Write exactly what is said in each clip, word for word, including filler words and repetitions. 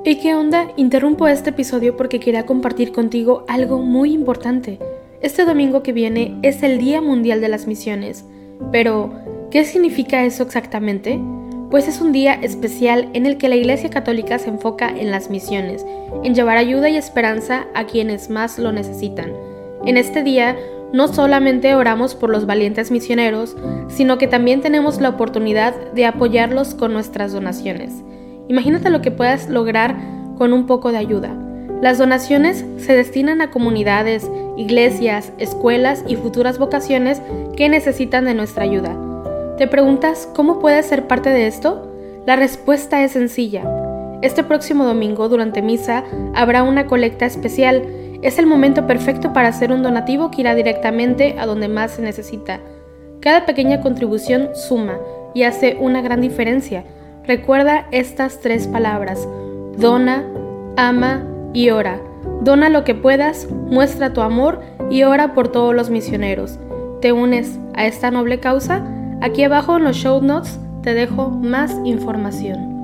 ¿Y qué onda? Interrumpo este episodio porque quería compartir contigo algo muy importante. Este domingo que viene es el Día Mundial de las Misiones. Pero, ¿qué significa eso exactamente? Pues es un día especial en el que la Iglesia Católica se enfoca en las misiones, en llevar ayuda y esperanza a quienes más lo necesitan. En este día, no solamente oramos por los valientes misioneros, sino que también tenemos la oportunidad de apoyarlos con nuestras donaciones. Imagínate lo que puedas lograr con un poco de ayuda. Las donaciones se destinan a comunidades, iglesias, escuelas y futuras vocaciones que necesitan de nuestra ayuda. ¿Te preguntas cómo puedes ser parte de esto? La respuesta es sencilla. Este próximo domingo, durante misa, habrá una colecta especial. Es el momento perfecto para hacer un donativo que irá directamente a donde más se necesita. Cada pequeña contribución suma y hace una gran diferencia. Recuerda estas tres palabras: dona, ama y ora. Dona lo que puedas, muestra tu amor y ora por todos los misioneros. ¿Te unes a esta noble causa? Aquí abajo en los show notes te dejo más información.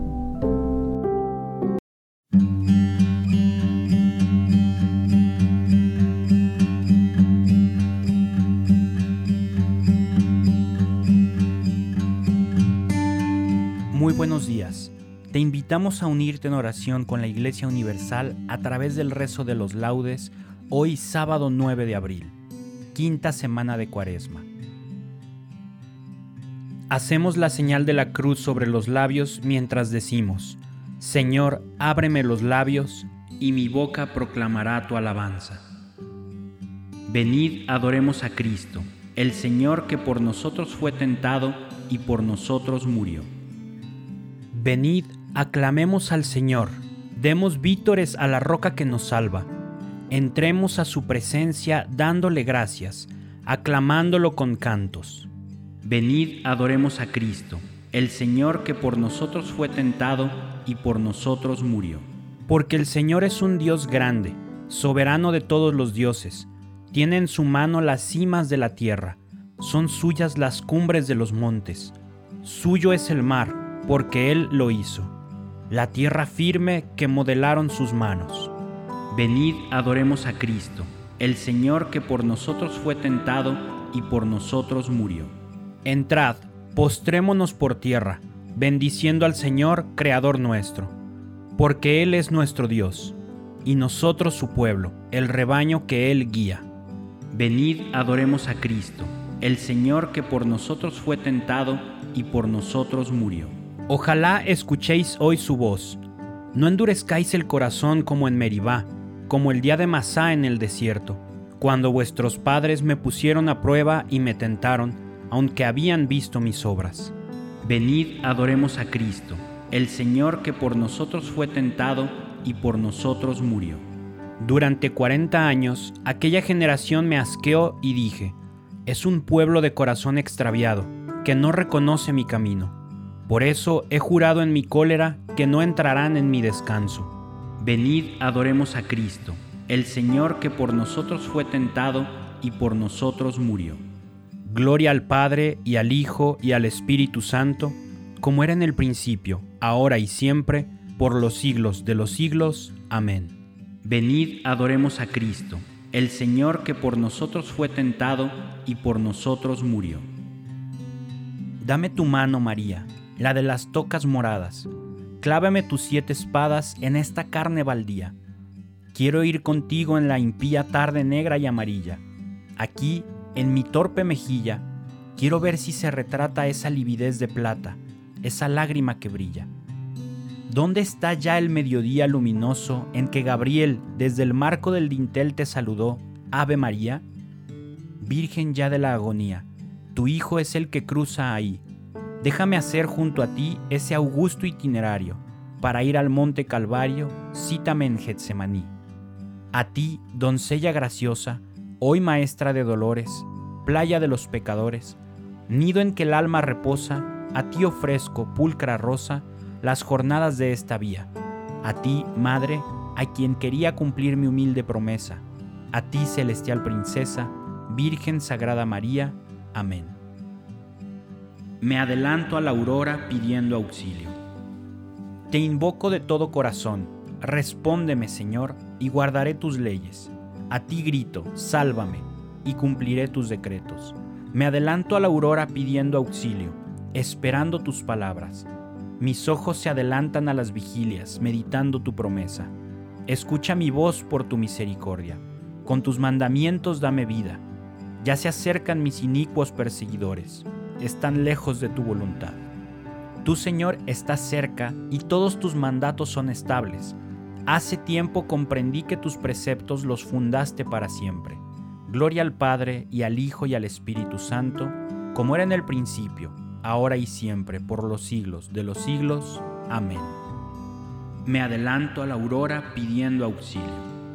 Muy buenos días. Te invitamos a unirte en oración con la Iglesia Universal a través del rezo de los laudes hoy sábado nueve de abril, quinta semana de Cuaresma. Hacemos la señal de la cruz sobre los labios mientras decimos: Señor, ábreme los labios y mi boca proclamará tu alabanza. Venid, adoremos a Cristo, el Señor que por nosotros fue tentado y por nosotros murió. Venid, aclamemos al Señor, demos vítores a la roca que nos salva. Entremos a su presencia dándole gracias, aclamándolo con cantos. Venid, adoremos a Cristo, el Señor que por nosotros fue tentado y por nosotros murió. Porque el Señor es un Dios grande, soberano de todos los dioses. Tiene en su mano las cimas de la tierra, son suyas las cumbres de los montes. Suyo es el mar, porque Él lo hizo, la tierra firme que modelaron sus manos. Venid, adoremos a Cristo, el Señor que por nosotros fue tentado y por nosotros murió. Entrad, postrémonos por tierra, bendiciendo al Señor, Creador nuestro, porque Él es nuestro Dios, y nosotros su pueblo, el rebaño que Él guía. Venid, adoremos a Cristo, el Señor que por nosotros fue tentado y por nosotros murió. Ojalá escuchéis hoy su voz. No endurezcáis el corazón como en Meribá, como el día de Masá en el desierto, cuando vuestros padres me pusieron a prueba y me tentaron, aunque habían visto mis obras. Venid, adoremos a Cristo, el Señor que por nosotros fue tentado y por nosotros murió. Durante cuarenta años, aquella generación me asqueó y dije: es un pueblo de corazón extraviado, que no reconoce mi camino. Por eso he jurado en mi cólera que no entrarán en mi descanso. Venid, adoremos a Cristo, el Señor que por nosotros fue tentado y por nosotros murió. Gloria al Padre, y al Hijo, y al Espíritu Santo, como era en el principio, ahora y siempre, por los siglos de los siglos. Amén. Venid, adoremos a Cristo, el Señor que por nosotros fue tentado y por nosotros murió. Dame tu mano, María, la de las tocas moradas. Clávame tus siete espadas en esta carne baldía. Quiero ir contigo en la impía tarde negra y amarilla. Aquí, en mi torpe mejilla, quiero ver si se retrata esa lividez de plata, esa lágrima que brilla. ¿Dónde está ya el mediodía luminoso en que Gabriel desde el marco del dintel te saludó, Ave María? Virgen ya de la agonía, tu Hijo es el que cruza ahí. Déjame hacer junto a ti ese augusto itinerario, para ir al monte Calvario, cítame en Getsemaní. A ti, doncella graciosa, hoy maestra de dolores, playa de los pecadores, nido en que el alma reposa, a ti ofrezco, pulcra rosa, las jornadas de esta vía. A ti, madre, a quien quería cumplir mi humilde promesa. A ti, celestial princesa, Virgen Sagrada María. Amén. Me adelanto a la aurora pidiendo auxilio. Te invoco de todo corazón, respóndeme, Señor, y guardaré tus leyes. A ti grito, sálvame, y cumpliré tus decretos. Me adelanto a la aurora pidiendo auxilio, esperando tus palabras. Mis ojos se adelantan a las vigilias, meditando tu promesa. Escucha mi voz por tu misericordia. Con tus mandamientos dame vida. Ya se acercan mis inicuos perseguidores. Están lejos de tu voluntad. Tú, Señor, estás cerca y todos tus mandatos son estables. Hace tiempo comprendí que tus preceptos los fundaste para siempre. Gloria al Padre, y al Hijo, y al Espíritu Santo, como era en el principio, ahora y siempre, por los siglos de los siglos. Amén. Me adelanto a la aurora pidiendo auxilio.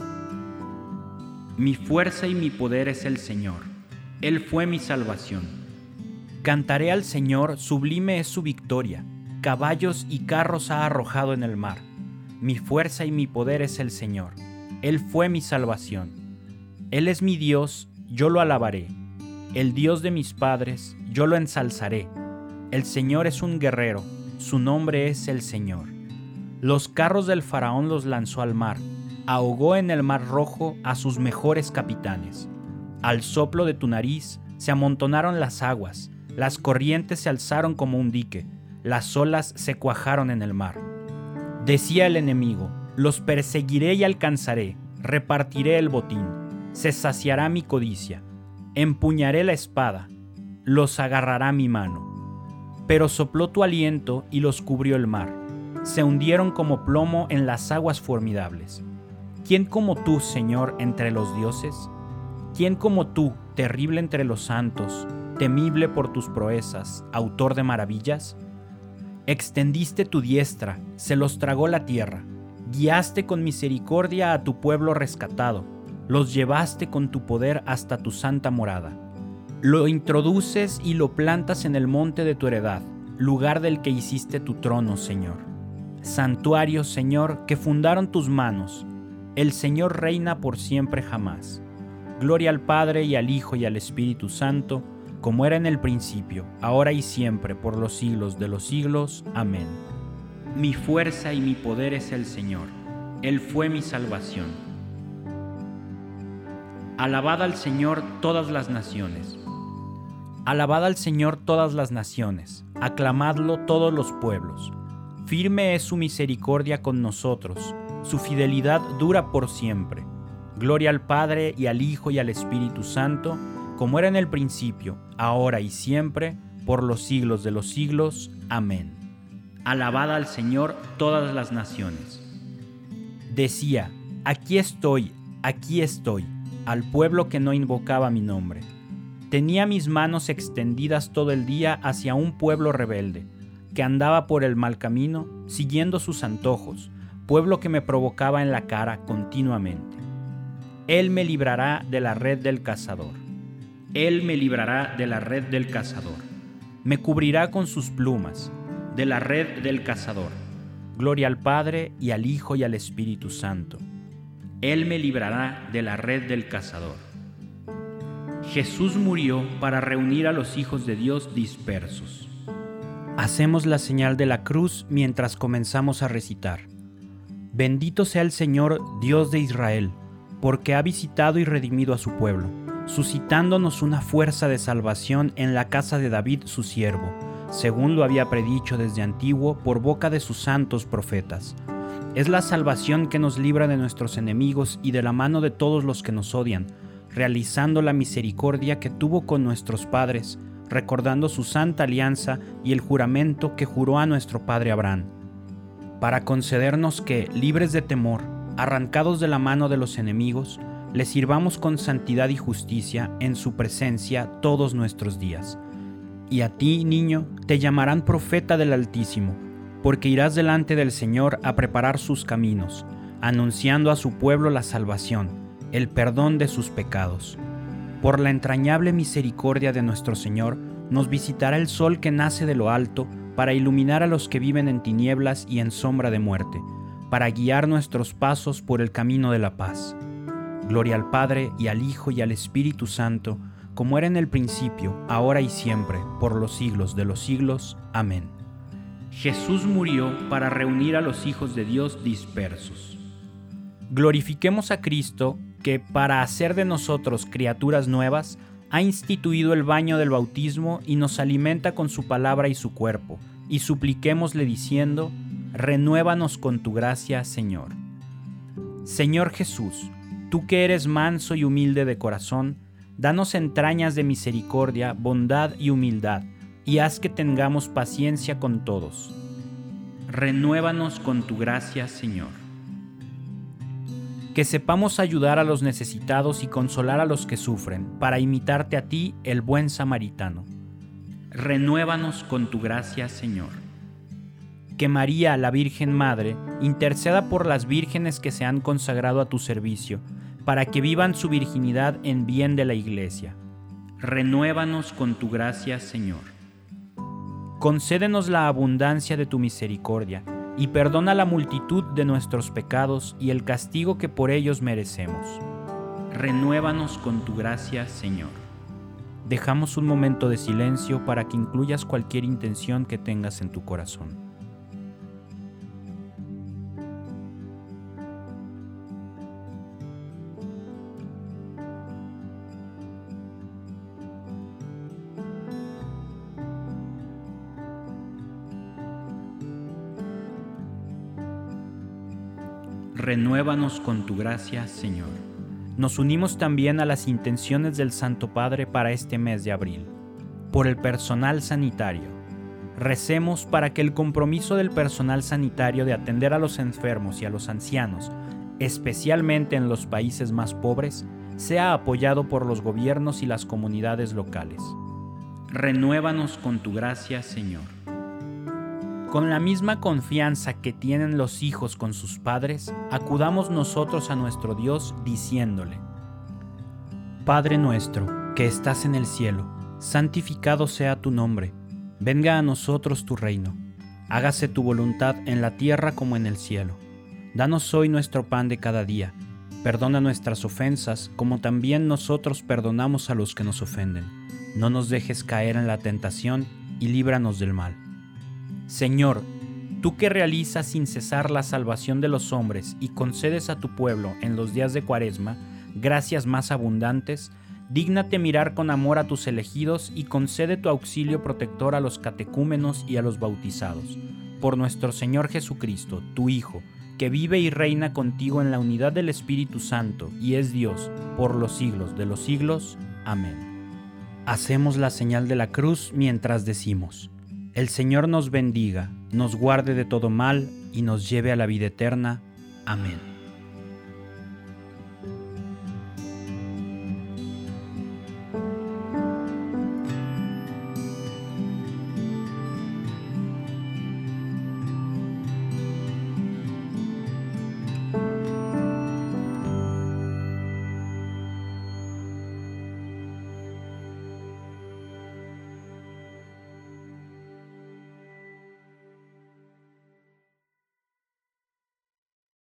Mi fuerza y mi poder es el Señor. Él fue mi salvación. Cantaré al Señor, sublime es su victoria. Caballos y carros ha arrojado en el mar. Mi fuerza y mi poder es el Señor. Él fue mi salvación. Él es mi Dios, yo lo alabaré. El Dios de mis padres, yo lo ensalzaré. El Señor es un guerrero, su nombre es el Señor. Los carros del faraón los lanzó al mar, ahogó en el mar rojo a sus mejores capitanes. Al soplo de tu nariz se amontonaron las aguas, las corrientes se alzaron como un dique, las olas se cuajaron en el mar. Decía el enemigo, los perseguiré y alcanzaré, repartiré el botín, se saciará mi codicia, empuñaré la espada, los agarrará mi mano. Pero sopló tu aliento y los cubrió el mar, se hundieron como plomo en las aguas formidables. ¿Quién como tú, Señor, entre los dioses? ¿Quién como tú, terrible entre los santos, temible por tus proezas, autor de maravillas? Extendiste tu diestra, se los tragó la tierra, guiaste con misericordia a tu pueblo rescatado, los llevaste con tu poder hasta tu santa morada. Lo introduces y lo plantas en el monte de tu heredad, lugar del que hiciste tu trono, Señor. Santuario, Señor, que fundaron tus manos. El Señor reina por siempre jamás. Gloria al Padre, y al Hijo, y al Espíritu Santo, como era en el principio, ahora y siempre, por los siglos de los siglos. Amén. Mi fuerza y mi poder es el Señor. Él fue mi salvación. Alabad al Señor todas las naciones. Alabad al Señor todas las naciones, aclamadlo todos los pueblos. Firme es su misericordia con nosotros, su fidelidad dura por siempre. Gloria al Padre, y al Hijo, y al Espíritu Santo, como era en el principio, ahora y siempre, por los siglos de los siglos. Amén. Alabad al Señor todas las naciones. Decía, aquí estoy, aquí estoy, al pueblo que no invocaba mi nombre. Tenía mis manos extendidas todo el día hacia un pueblo rebelde, que andaba por el mal camino, siguiendo sus antojos, pueblo que me provocaba en la cara continuamente. Él me librará de la red del cazador. Él me librará de la red del cazador. Me cubrirá con sus plumas, de la red del cazador. Gloria al Padre, y al Hijo, y al Espíritu Santo. Él me librará de la red del cazador. Jesús murió para reunir a los hijos de Dios dispersos. Hacemos la señal de la cruz mientras comenzamos a recitar. Bendito sea el Señor, Dios de Israel, porque ha visitado y redimido a su pueblo, suscitándonos una fuerza de salvación en la casa de David su siervo, según lo había predicho desde antiguo por boca de sus santos profetas. Es la salvación que nos libra de nuestros enemigos y de la mano de todos los que nos odian, realizando la misericordia que tuvo con nuestros padres, recordando su santa alianza y el juramento que juró a nuestro padre Abraham, para concedernos que, libres de temor, arrancados de la mano de los enemigos, le sirvamos con santidad y justicia en su presencia todos nuestros días. Y a ti, niño, te llamarán profeta del Altísimo, porque irás delante del Señor a preparar sus caminos, anunciando a su pueblo la salvación, el perdón de sus pecados. Por la entrañable misericordia de nuestro Señor, nos visitará el sol que nace de lo alto para iluminar a los que viven en tinieblas y en sombra de muerte, para guiar nuestros pasos por el camino de la paz. Gloria al Padre, y al Hijo, y al Espíritu Santo, como era en el principio, ahora y siempre, por los siglos de los siglos. Amén. Jesús murió para reunir a los hijos de Dios dispersos. Glorifiquemos a Cristo, que para hacer de nosotros criaturas nuevas, ha instituido el baño del bautismo y nos alimenta con su palabra y su cuerpo, y supliquémosle diciendo: renuévanos con tu gracia, Señor. Señor Jesús, tú que eres manso y humilde de corazón, danos entrañas de misericordia, bondad y humildad, y haz que tengamos paciencia con todos. Renuévanos con tu gracia, Señor. Que sepamos ayudar a los necesitados y consolar a los que sufren, para imitarte a ti, el buen samaritano. Renuévanos con tu gracia, Señor. Que María, la Virgen Madre, interceda por las vírgenes que se han consagrado a tu servicio, para que vivan su virginidad en bien de la Iglesia. Renuévanos con tu gracia, Señor. Concédenos la abundancia de tu misericordia, y perdona la multitud de nuestros pecados y el castigo que por ellos merecemos. Renuévanos con tu gracia, Señor. Dejamos un momento de silencio para que incluyas cualquier intención que tengas en tu corazón. Renuévanos con tu gracia, Señor. Nos unimos también a las intenciones del Santo Padre para este mes de abril. Por el personal sanitario. Recemos para que el compromiso del personal sanitario de atender a los enfermos y a los ancianos, especialmente en los países más pobres, sea apoyado por los gobiernos y las comunidades locales. Renuévanos con tu gracia, Señor. Con la misma confianza que tienen los hijos con sus padres, acudamos nosotros a nuestro Dios diciéndole: Padre nuestro, que estás en el cielo, santificado sea tu nombre. Venga a nosotros tu reino. Hágase tu voluntad en la tierra como en el cielo. Danos hoy nuestro pan de cada día. Perdona nuestras ofensas, como también nosotros perdonamos a los que nos ofenden. No nos dejes caer en la tentación y líbranos del mal. Señor, tú que realizas sin cesar la salvación de los hombres y concedes a tu pueblo en los días de Cuaresma gracias más abundantes, dígnate mirar con amor a tus elegidos y concede tu auxilio protector a los catecúmenos y a los bautizados. Por nuestro Señor Jesucristo, tu Hijo, que vive y reina contigo en la unidad del Espíritu Santo y es Dios por los siglos de los siglos. Amén. Hacemos la señal de la cruz mientras decimos: El Señor nos bendiga, nos guarde de todo mal y nos lleve a la vida eterna. Amén.